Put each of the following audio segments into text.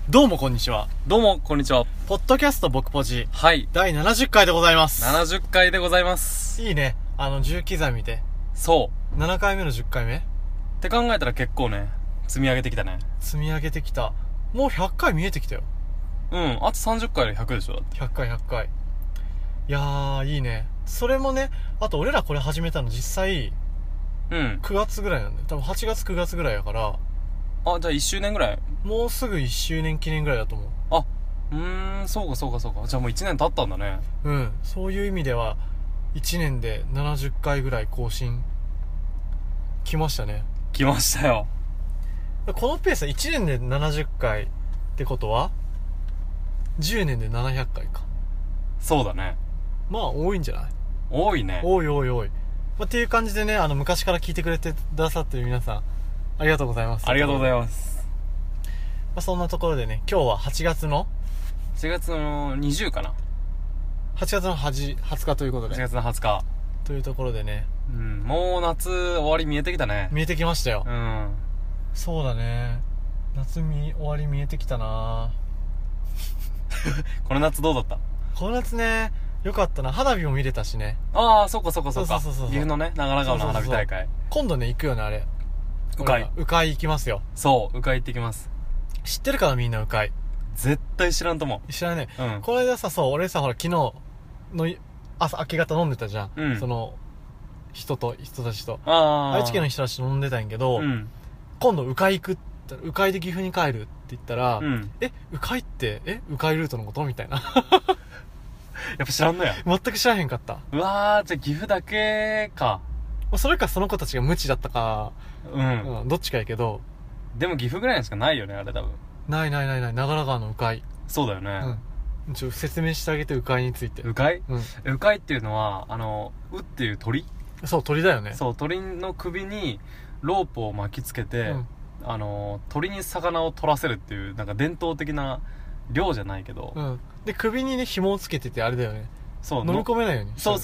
どうもこんにちは。 どうもこんにちは。 ポッドキャスト僕ポジはい第70回でございます。 70回でございます。 いいね。10刻みでそう 7回目の10回目って考えたら結構ね積み上げてきたね。 積み上げてきた。もう100回見えてきたよ。 あと30回で100でしょ。だって 100回100回。いやーいいね。それもね、あと俺らこれ始めたの実際9月ぐらいなんだよ。多分8月9月ぐらいやから、 じゃあ1周年ぐらい。 もうすぐ1周年記念ぐらいだと思う。 そうか。じゃあもう1年経ったんだね。 そういう意味では1年で70回ぐらい更新来ましたね。 来ましたよ。 このペースは1年で70回ってことは10年で700回か。 そうだね。 まあ多いんじゃない？ 多いね。 多い。っていう感じでね、昔から聞いてくれてくださってる皆さんありがとうございます。 ありがとうございます。 そんなところでね、今日は8月の 20かな。 8月の20日ということで、 8月の20日というところでね、 もう夏終わり見えてきたね。 見えてきましたよ。そうだね、夏終わり見えてきたな。 この夏どうだった？ この夏ね、よかったな。花火も見れたしね。 そうか。 そう岐阜のね、長良川の花火大会。 今度ね、行くよね、あれ。 鵜飼行きますよ。 そう、鵜飼行ってきます。 知ってるかな、みんな鵜飼。 絶対知らんと思う。 知らないね。この間さ、俺さ、ほら、昨日の朝、明け方飲んでたじゃん。その、人たちと。愛知県の人たちと飲んでたんやけど、今度鵜飼行くって、鵜飼で岐阜に帰るって言ったら、鵜飼って、鵜飼ルートのことみたいな。 やっぱ知らんのや。 全く知らへんかった。 じゃあ岐阜だけか。 それかその子たちが無知だったか、どっちかやけど。 でも岐阜ぐらいしかないよね、あれ多分。 ない。長良川の鵜飼。 そうだよね。 説明してあげて、鵜飼について。 鵜飼？鵜飼っていうのは、鵜っていう鳥？ そう、鳥だよね。 そう、鳥の首にロープを巻きつけて、鳥に魚を取らせるっていう、なんか伝統的な漁じゃないけど。で、首にね、紐をつけててあれだよね。そう、飲み込めないように。 そう。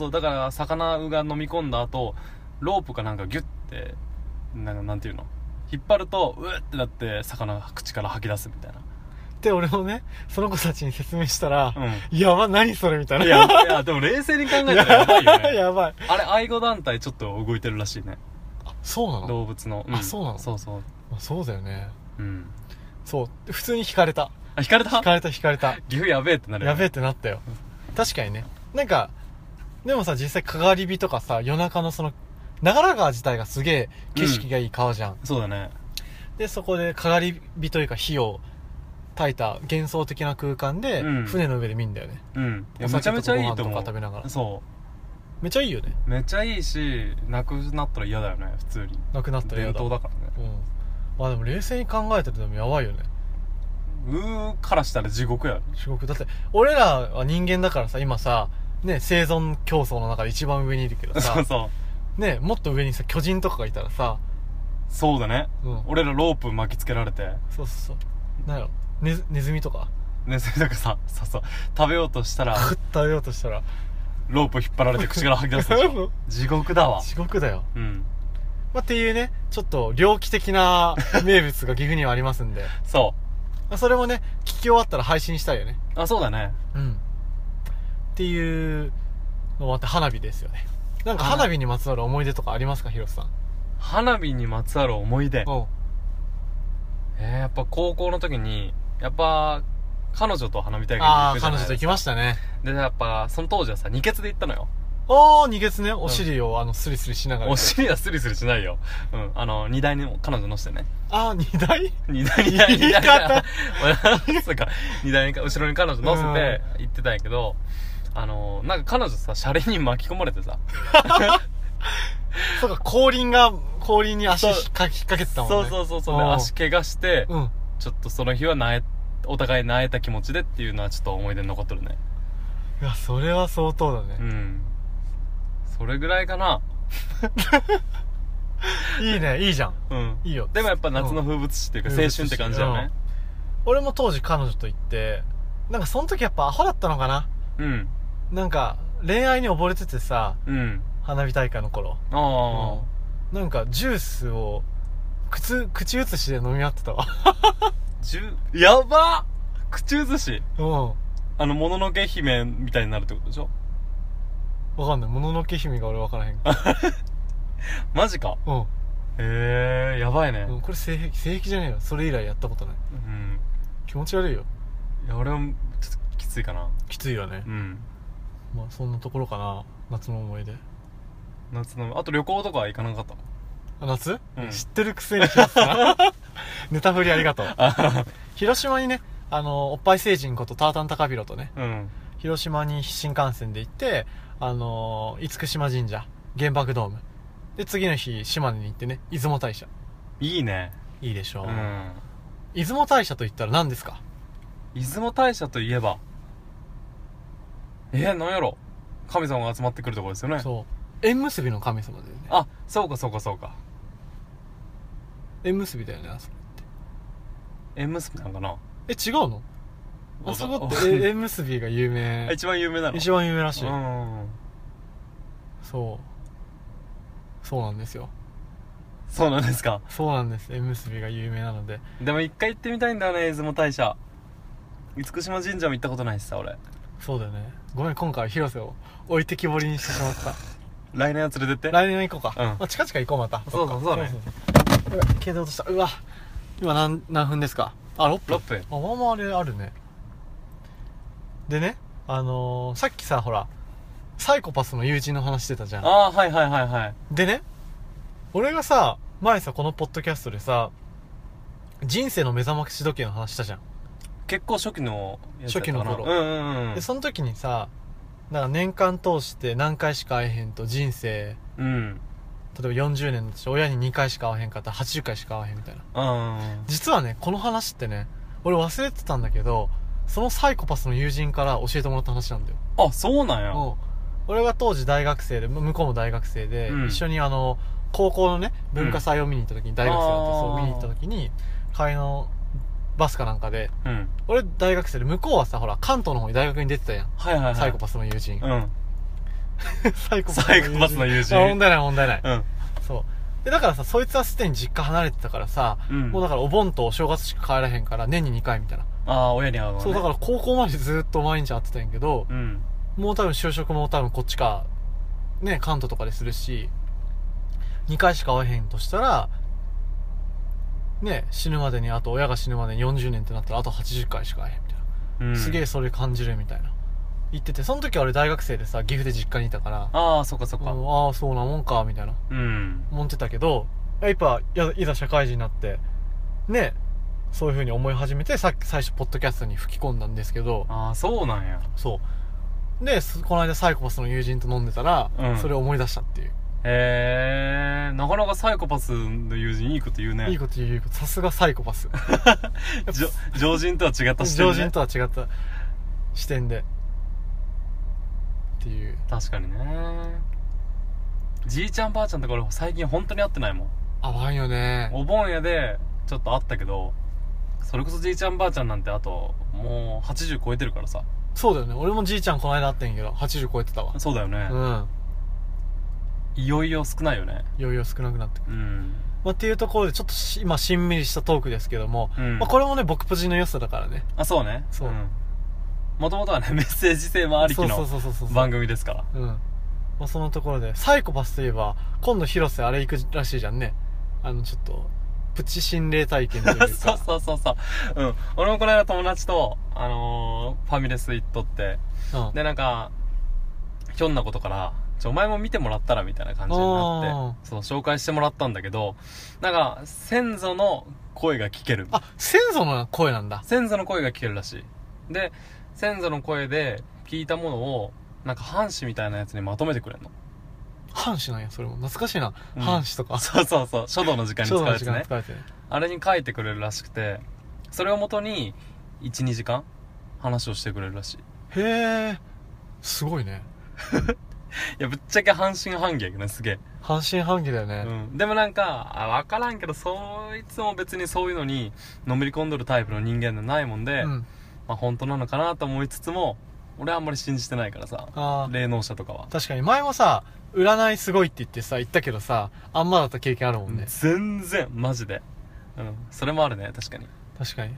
だから、魚が飲み込んだ後、ロープかなんかギュッて、なんていうの？引っ張ると、うーってなって、魚が口から吐き出すみたいな。 で、俺もね、その子たちに説明したら、何それみたいな。 いや、でも冷静に考えたらやばいよね。 やばい。 あれ、愛護団体ちょっと動いてるらしいね。 そうなの？ 動物の。 そうなの？ そう。 そうだよね。そう。普通に惹かれた。 惹かれた。 惹かれた。 岐阜やべえってなるよね。 やべえってなったよ。確かにね。なんか、でもさ、実際かがり火とかさ、夜中の長良川自体がすげえ景色がいい川じゃん。 そうだね。で、 そこでかがり火というか火を焚いた幻想的な空間で、船の上で見んだよね。 めちゃめちゃいいと思う。 ご飯とか食べながら。 そう。 めっちゃいいよね。 めっちゃいいし、なくなったら嫌だよね、普通に。 なくなったら嫌だ。 伝統だからね。 でも冷静に考えてるとやばいよね。 からしたら地獄や。 地獄。だって、俺らは人間だからさ、今さ、ね、生存競争の中で一番上にいるけどさ、ね、もっと上にさ、巨人とかがいたらさ、 そうだね。俺らロープ巻きつけられて。 そう。なんやろ、ネズミとか。 ネズミとかさ、食べようとしたら、 ロープ引っ張られて口から吐き出すでしょ。地獄だわ。 地獄だよ。っていうね、ちょっと猟奇的な名物が岐阜にはありますんで。 そう。 それもね、聞き終わったら配信したいよね。 そうだね。 っていうのもあって花火ですよね。なんか花火にまつわる思い出とかありますか、広瀬さん。 花火にまつわる思い出。やっぱ高校の時に、やっぱ、彼女と花火大会に行くじゃないですか。 彼女と行きましたね。 で、やっぱ、その当時はさ、二血で行ったのよ。 二血ね。お尻をスリスリしながら。 お尻はスリスリしないよ。荷台に彼女乗せてね。 荷台荷台言い方そうか、荷台に、後ろに彼女乗せて行ってたんやけど、なんか彼女さ、シャレに巻き込まれてさ。 そうか、後輪に足引っ掛けてたもんね。 そう。で、足怪我して、ちょっとその日はお互い萎えた気持ちでっていうのはちょっと思い出に残ってるね。 いや、それは相当だね。 それぐらいかな。 いいね、いいじゃん。いいよ。 でもやっぱ夏の風物詩っていうか青春って感じだよね。 俺も当時彼女と行って、なんかその時やっぱアホだったのかな。なんか恋愛に溺れててさ、花火大会の頃。なんかジュースを口移しで飲み合ってたわ。 やばっ、口移し。 うん。 もののけ姫みたいになるってことでしょ。 わかんない。もののけ姫が俺わからへん。 マジか。 うん。 へえ、やばいね。 これ性癖じゃねえよ。それ以来やったことない。 うん。 気持ち悪いよ。 いや、俺は、ちょっときついかな。 きついよね。 うん。 まあ、そんなところかな。夏の思い出。 夏の、あと旅行とかは行かなかった？ 夏、 うん、 知ってるくせにしますな。ネタ振りありがとう。広島にね、おっぱい星人ことタータン高広とね、 うん、 広島に新幹線で行って、厳島神社、原爆ドーム。で、次の日、島根に行ってね、出雲大社。 いいね。 いいでしょう。 うん。 出雲大社と言ったら何ですか？ 出雲大社といえば、何やろ。神様が集まってくるところですよね。 そう。縁結びの神様だよね。 あ、そうかそうかそうか。 縁結びだよね、あそこって。 縁結びなんかな。 違うの？あそこって縁結びが有名。 一番有名なの？ 一番有名らしい。 うん。 そうなんですよ。 そうなんですか。 そうなんです。縁結びが有名なので。 でも一回行ってみたいんだよね、出雲大社。厳島神社も行ったことないしさ、俺。 そうだよね。ごめん、今回は広瀬を置いてきぼりにしてしまった。 来年は連れてって。 来年は行こうか。 うん。 まあ、近々行こう、また。 そうね。 携帯落とした。うわ。今何分ですか？あ、6分。 6分。 あ、まあまああれあるね。でね、さっきさ、ほら、サイコパスの友人の話してたじゃん。 ああ、はいはいはいはい。 でね、俺がさ、前さ、このポッドキャストでさ、人生の目覚まし時計の話したじゃん。 結構初期のやつ初期の頃。 うん。 で、その時にさ、なんか年間通して何回しか会えへんと人生、 うん。 例えば40年のとして親に2回しか会えへんかったら80回しか会えへんみたいな。 うん。 実はね、この話ってね、俺忘れてたんだけど、そのサイコパスの友人から教えてもらった話なんだよ。 あ、そうなんや。 俺が当時大学生で、向こうも大学生で、一緒に高校のね、文化祭を見に行った時に、大学生だったそう見に行った時に、帰りのバスかなんかで、俺大学生で、向こうはさ、ほら、関東の方に大学に出てたやん。 はいはいはい。 サイコパスの友人。サイコパスの友人。 問題ない。そう。で、だからさ、そいつはすでに実家離れてたからさ、もうだからお盆とお正月しか帰らへんから、年に2回みたいな。 ああ、親に会うのね。 そう、だから高校までずっと毎日会ってたんやけど、もう多分就職も多分こっちか、ね、関東とかでするし、2回しか会えへんとしたら、ね、死ぬまでに、あと親が死ぬまでに40年ってなったらあと80回しか会えへんみたいな。すげえそれ感じるみたいな。言ってて、その時は俺大学生でさ、岐阜で実家にいたから、 ああ、そっかそっか。 ああ、そうなもんか、みたいな。思ってたけど、やっぱ、いざ社会人になって、ね、そういう風に思い始めて、最初、ポッドキャストに吹き込んだんですけど。 ああ、そうなんや。 そう。で、この間サイコパスの友人と飲んでたら、それを思い出したっていう。 へえ、なかなかサイコパスの友人いいこと言うね。 いいこと言う。さすがサイコパス。 常人とは違った視点で。 常人とは違った視点で。っていう。 確かにね。じいちゃんばあちゃんとか俺最近本当に会ってないもん。 会わんよね。 お盆やでちょっと会ったけど、それこそじいちゃんばあちゃんなんてあともう80超えてるからさ。 そうだよね。俺もじいちゃんこの間会ってんけど80超えてたわ。 そうだよね。いよいよ少ないよね。 いよいよ少なくなってくる。まあ、っていうところでちょっと今しんみりしたトークですけども、まあ、これもね僕プジの良さだからね。 あ、そうね。そう。もともとはね、メッセージ性もありきの番組ですから。 まあ、そのところでサイコパスといえば今度広瀬あれ行くらしいじゃんね。ちょっとプチ心霊体験というか。 そう。俺もこの間友達とファミレス行っとって、でなんかひょんなことからお前も見てもらったらみたいな感じになって、そう紹介してもらったんだけど、なんか先祖の声が聞ける。 あ、先祖の声なんだ。 先祖の声が聞けるらしい。で先祖の声で聞いたものをなんか半紙みたいなやつにまとめてくれるの。 半紙なんや。それも懐かしいな、半紙とか。 そう書道の時間に使うやつね。あれに書いてくれるらしくて、それをもとに 1,2 時間話をしてくれるらしい。 へえ、すごいね。 いやぶっちゃけ半信半疑やけどね。すげえ半信半疑だよね。 でもなんか分からんけど、そいつも別にそういうのにのめり込んどるタイプの人間じゃないもんで、まあ本当なのかなと思いつつも、俺はあんまり信じてないからさ、霊能者とかは。 確かに前もさ占いすごいって言ってさ言ったけどさ、あんまだった経験あるもんね。 全然マジで。それもあるね。確かに。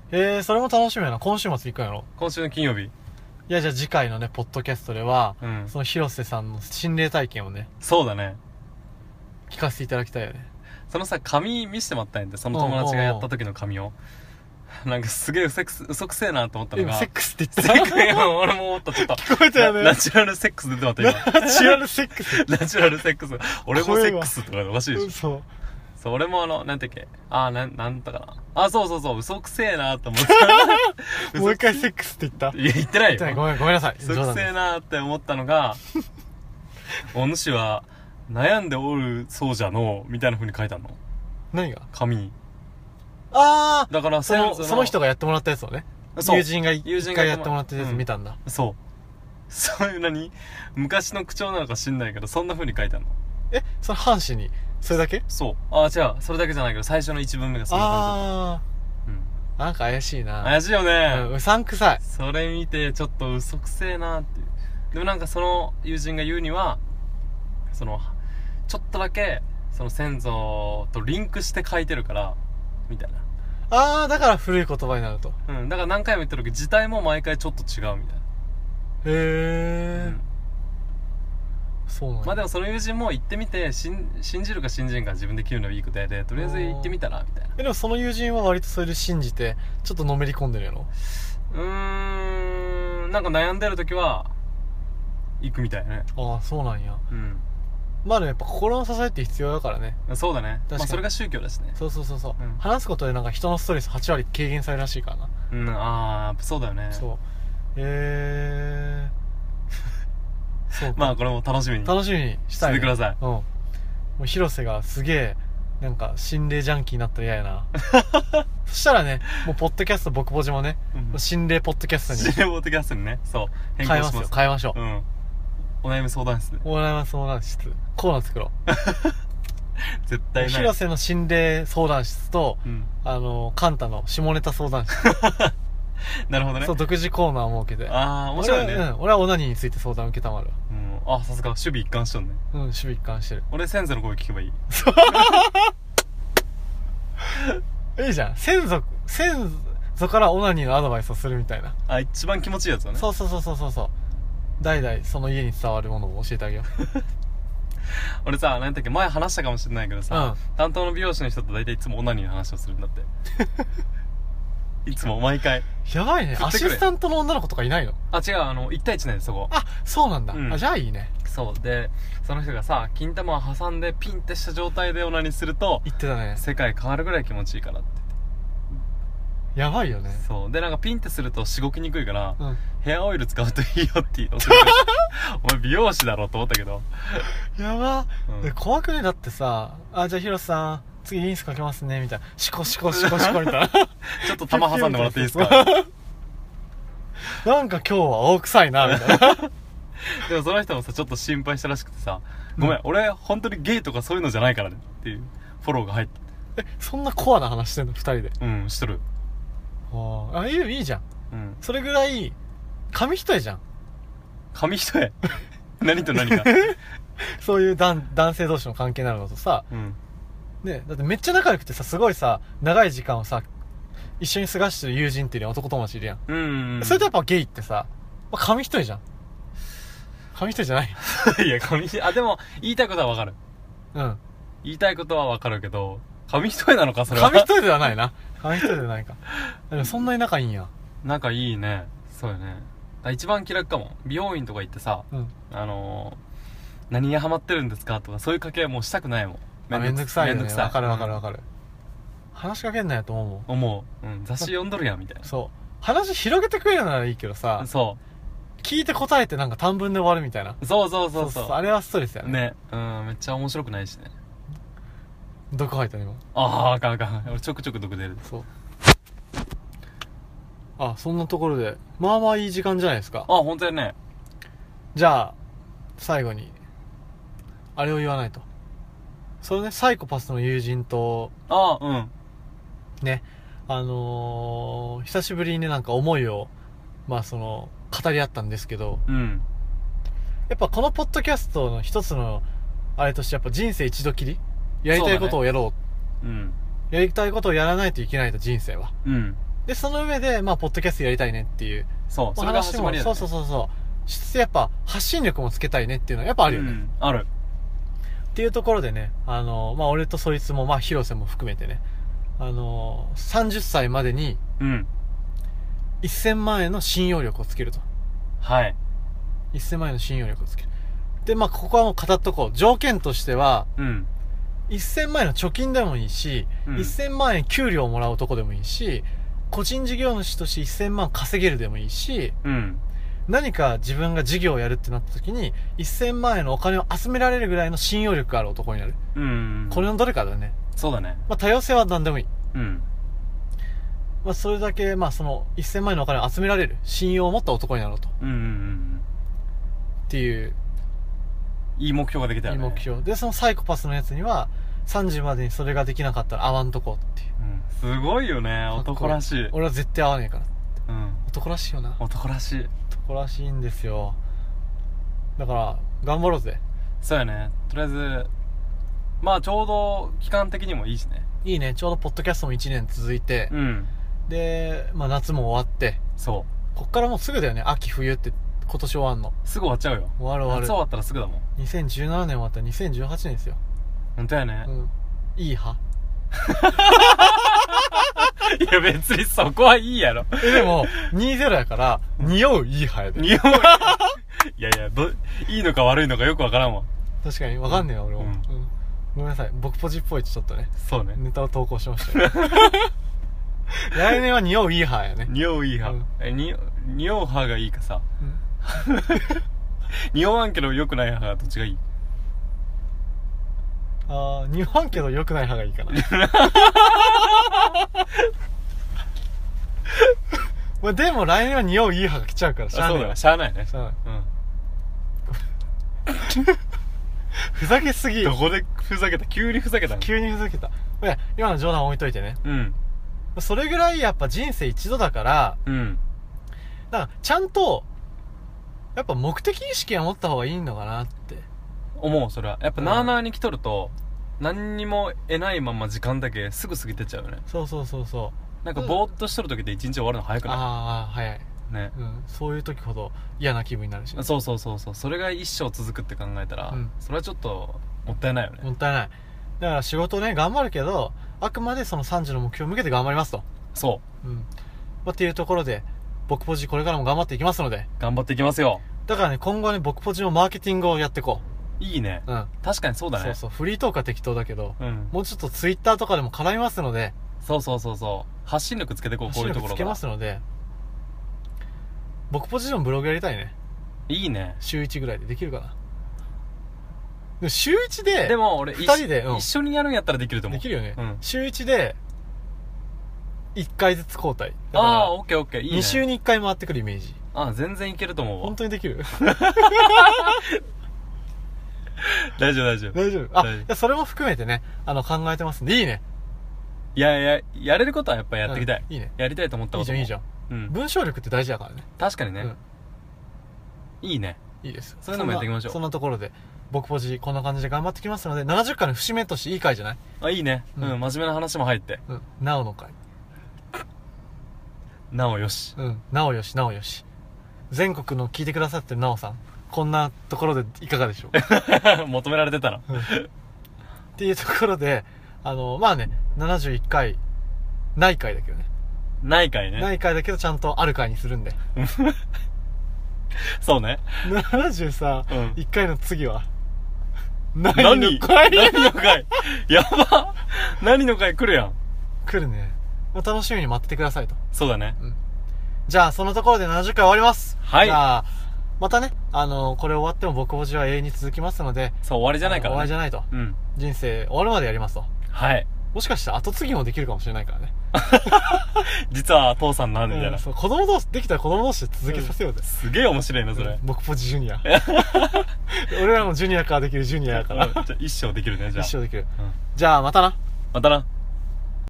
それも楽しみやな。今週末行くんやろ？ 今週の金曜日。 いや、じゃあ次回のね、ポッドキャストでは、その広瀬さんの心霊体験をね。 そうだね。 聞かせていただきたいよね。 そのさ、紙見せてもらったんやって、その友達がやった時の紙を。なんかすげえ嘘くせえなと思ったのが。 セックスって言ってた。俺も思った、ちょっと。 聞こえたよね。 ナチュラルセックス出てもらった、 今。ナチュラルセックスナチュラルセックス。俺もセックスとかおかしいでしょ。そう、俺もなんてっけ。なんだかな。そう、嘘くせえなと思った。 もう一回セックスって言った？ いや、言ってないよ。 ごめんなさい。 嘘くせえなって思ったのが、お主は悩んでおるそうじゃの、みたいな風に書いてあるの。 何が？ 紙に。 だからその人がやってもらったやつをね。友人が一回やってもらったやつ見たんだ。 そう。そういう昔の口調なのか知んないけど、そんな風に書いてあるの。 その半紙に、それだけ？ そう。違う。それだけじゃないけど、最初の一文目がそんな感じだった。 なんか怪しいな。 怪しいよね。 うさんくさい。 それ見て、ちょっと嘘くせえなっていう。でもなんかその友人が言うには、ちょっとだけ、その先祖とリンクして書いてるから、みたいな。 だから古い言葉になると。 だから何回も言ってるけど、字体も毎回ちょっと違うみたいな。 そうなんだ。 まあでもその友人も行ってみて、信じるか信じんか自分で切るのはいいことやで、とりあえず行ってみたら、みたいな。 でもその友人は割とそれで信じて、ちょっとのめり込んでるやろ？ なんか悩んでる時は、行くみたいね。 そうなんや。まあでもやっぱ心の支えって必要だからね。 そうだね。まあそれが宗教だしね。 そう。話すことでなんか人のストレス8割軽減されるらしいからな。 やっぱそうだよね。 そう。そうまあこれも楽しみにしたい、 してください。 もう広瀬がすげえなんか心霊ジャンキーになったら嫌やな。そしたらね、もうポッドキャスト僕ポジもね、心霊ポッドキャストに心霊ポッドキャストにね、そう変えましょう。 お悩み相談室で。 お悩み相談室コーナー作ろう。 絶対ない。 広瀬の心霊相談室と、カンタの下ネタ相談室。 なるほどね。 そう、独自コーナーを設けて。 面白いね。 俺はオナニーについて相談を受けたまるわ。さすが守備一貫しとんね。 守備一貫してる。 俺先祖の声聞けばいい。 いいじゃん。先祖からオナニーのアドバイスをするみたいな。 一番気持ちいいやつだね。 そう。代々その家に伝わるものを教えてあげよう。 俺さ、何だっけ、前話したかもしれないけどさ、担当の美容師の人と大体いつもオナニーの話をするんだって。いつも毎回。 やばいね。アシスタントの女の子とかいないの？ 違う、1対1なんです、そこ。 そうなんだ。じゃあいいね。 そうで、その人がさ、金玉を挟んでピンってした状態でオナニーすると言ってたね。 世界変わるぐらい気持ちいいからって。 やばいよね。 そうで、なんかピンってするとしごきにくいから、ヘアオイル使うといいよって言うの。お前美容師だろと思ったけど。 やば。怖くね？だってさ、じゃあ広瀬さん次リンスかけますねみたいな、シコみたいな。ちょっと玉挟んでもらっていいですか？ なんか今日は青臭いなみたいな。 でもその人もさ、ちょっと心配したらしくてさ、ごめん、俺本当にゲイとかそういうのじゃないからねっていうフォローが入って。 そんなコアな話してんの2人で？ しとる。 いいじゃん。それぐらい紙一重じゃん。 紙一重？何と何か。 そういう男性同士の関係になるのとさ、ね、だってめっちゃ仲良くてさ、すごいさ、長い時間をさ、一緒に過ごしてる友人っていうのは男友達いるやん。それとやっぱゲイってさ、紙一重じゃん。紙一重じゃない？ いや、でも、言いたいことはわかる。言いたいことはわかるけど、紙一重なのか、それは。 紙一重ではないな。紙一重ではないか。でもそんなに仲いいんや。 仲いいね。そうよね。一番気楽かも。美容院とか行ってさ、何にハマってるんですかとか、そういう掛け合いもうしたくないもん。 めんどくさいよね。わかる。話しかけんなよと思う。雑誌読んどるやんみたいな。 そう。話広げてくれるならいいけどさ、聞いて答えてなんか短文で終わるみたいな。 そう。 あれはストレスやね。 めっちゃ面白くないしね。 毒吐いた今。 あかん。俺ちょくちょく毒出る。 そう。そんなところで、まあまあいい時間じゃないですか。 本当やね。 じゃあ、最後に、あれを言わないと。それね、サイコパスの友人と、ね、久しぶりにね、なんか思いを、語り合ったんですけど、やっぱこのポッドキャストの一つの、あれとしてやっぱ人生一度きりやりたいことをやろう。やりたいことをやらないといけないと、人生は。っでその上でまあポッドキャストやりたいねっていう、 そう、それが始まりやね。 そうそうそうそう、やっぱ発信力もつけたいねっていうのはやっぱあるよね、 あるっていうところでね、まあ俺とそいつもまあ広瀬も含めてね、30歳までに1000万円の信用力をつけると。 はい。 1000万円の信用力をつける。で、まあ、ここはもう語っとこう。条件としては、1000万円の貯金でもいいし、1000万円給料をもらうとこでもいいし、個人事業主として1000万稼げるでもいいし、何か自分が事業をやるってなった時に、1000万円のお金を集められるぐらいの信用力がある男になる。これのどれかだね。 そうだね。 まあ、多様性は何でもいい。まあ、それだけ、まあ、その、1000万円のお金を集められる。信用を持った男になろうと。っていう。 いい目標ができたよね。 いい目標。で、そのサイコパスのやつには、3時までにそれができなかったら会わんとこっていう。 すごいよね。男らしい。 俺は絶対会わねえから。男らしいよな。 男らしい。 男らしいんですよ。だから、頑張ろうぜ。 そうやね。とりあえず、まあちょうど期間的にもいいしね。 いいね。ちょうどポッドキャストも1年続いて、で、まあ夏も終わって、 そう。 こっからもうすぐだよね。秋冬って今年終わんの。 すぐ終わっちゃうよ。 終わる。 夏終わったらすぐだもん。 2017年終わったら2018年ですよ。 ほんとやね。 いい派いや別にそこはいいやろ。 でも、20やから、匂ういい派やで。 匂ういやいや、いいのか悪いのかよくわからんわ。 確かに、わかんねえよ、俺も。ごめんなさい。僕ポジっぽいとちょっとね。 そうね。 ネタを投稿しましたよ。来年は匂ういい派やね。 匂ういい派。匂う派がいいかさ。匂わんけど良くない派がどっちがいい？ 匂わんけど良くない派がいいかな。まあでも来年は匂ういい派が来ちゃうからしゃあない。 そうだ、しゃあないね。 ふざけすぎ。 どこでふざけた？急にふざけた。 急にふざけた。今の冗談置いといてね。それぐらいやっぱ人生一度だから、だからちゃんと、やっぱ目的意識は持った方がいいのかなって。 思う、それは。やっぱなーなーに来とると、何にも得ないまま時間だけすぐ過ぎてっちゃうよね。 そう。 なんかぼーっとしとる時で一日終わるの早くない？ 早い。ね。そういう時ほど嫌な気分になるし、ね。 そう。それが一生続くって考えたら、それはちょっと、もったいないよね。 もったいない。だから仕事ね、頑張るけど、あくまでその3時の目標を向けて頑張りますと。 そう。 っていうところで、僕ポジこれからも頑張っていきますので。 頑張っていきますよ。 だからね、今後ね、僕ポジのマーケティングをやっていこう。 いいね。確かにそうだね。 そう。フリートークは適当だけど、もうちょっとツイッターとかでも絡みますので。 そう。発信力つけてこう、こういうところが。 発信力つけますので、僕ポジのブログやりたいね。 いいね。 週1ぐらいでできるかな。でも週1で、 でも俺、 2人で、 一緒にやるんやったらできると思う。 できるよね。週1で、1回ずつ交代。 オッケー。いいね。 2週に1回回ってくるイメージ。 全然いけると思うわ。 本当にできる？ 大丈夫。 それも含めてね、考えてますんで、いいね。 いや、やれることはやっぱやっていきたい。 いいね。 やりたいと思ったことも。 いいじゃん。文章力って大事だからね。 確かにね。いいね。 いいです。 そういうのもやっていきましょう。 そんなところで、僕ポジこんな感じで頑張ってきますので、70回の節目としていい回じゃない？ いいね。真面目な話も入って。 なおの回。 なおよし。 なおよし。全国の聞いてくださってるなおさん。こんなところでいかがでしょう？ 求められてたな。 っていうところで、まあね、71回、ない回だけどね。 ない回ね。 ない回だけどちゃんとある回にするんで。 そうね。 73、1回の次は。 何の回やば何の回来るやん。 来るね。もう楽しみに待っててくださいと。 そうだね。 じゃあ、そのところで70回終わります。 はい。 じゃあ、またね、これ終わっても僕ポジは永遠に続きますので。 そう、終わりじゃないからね。 終わりじゃないと。人生終わるまでやりますと。 はい。 もしかしたら後継ぎもできるかもしれないからね。 実は父さんなんみたいな。 そう、子供同士、できたら子供同士で続けさせようぜ。 すげえ面白いな、それ。 僕ポジジュニア。俺らもジュニアからできるジュニアやから。 じゃあ一生できるね、じゃあ。 一生できる。じゃあ、またな。 またな。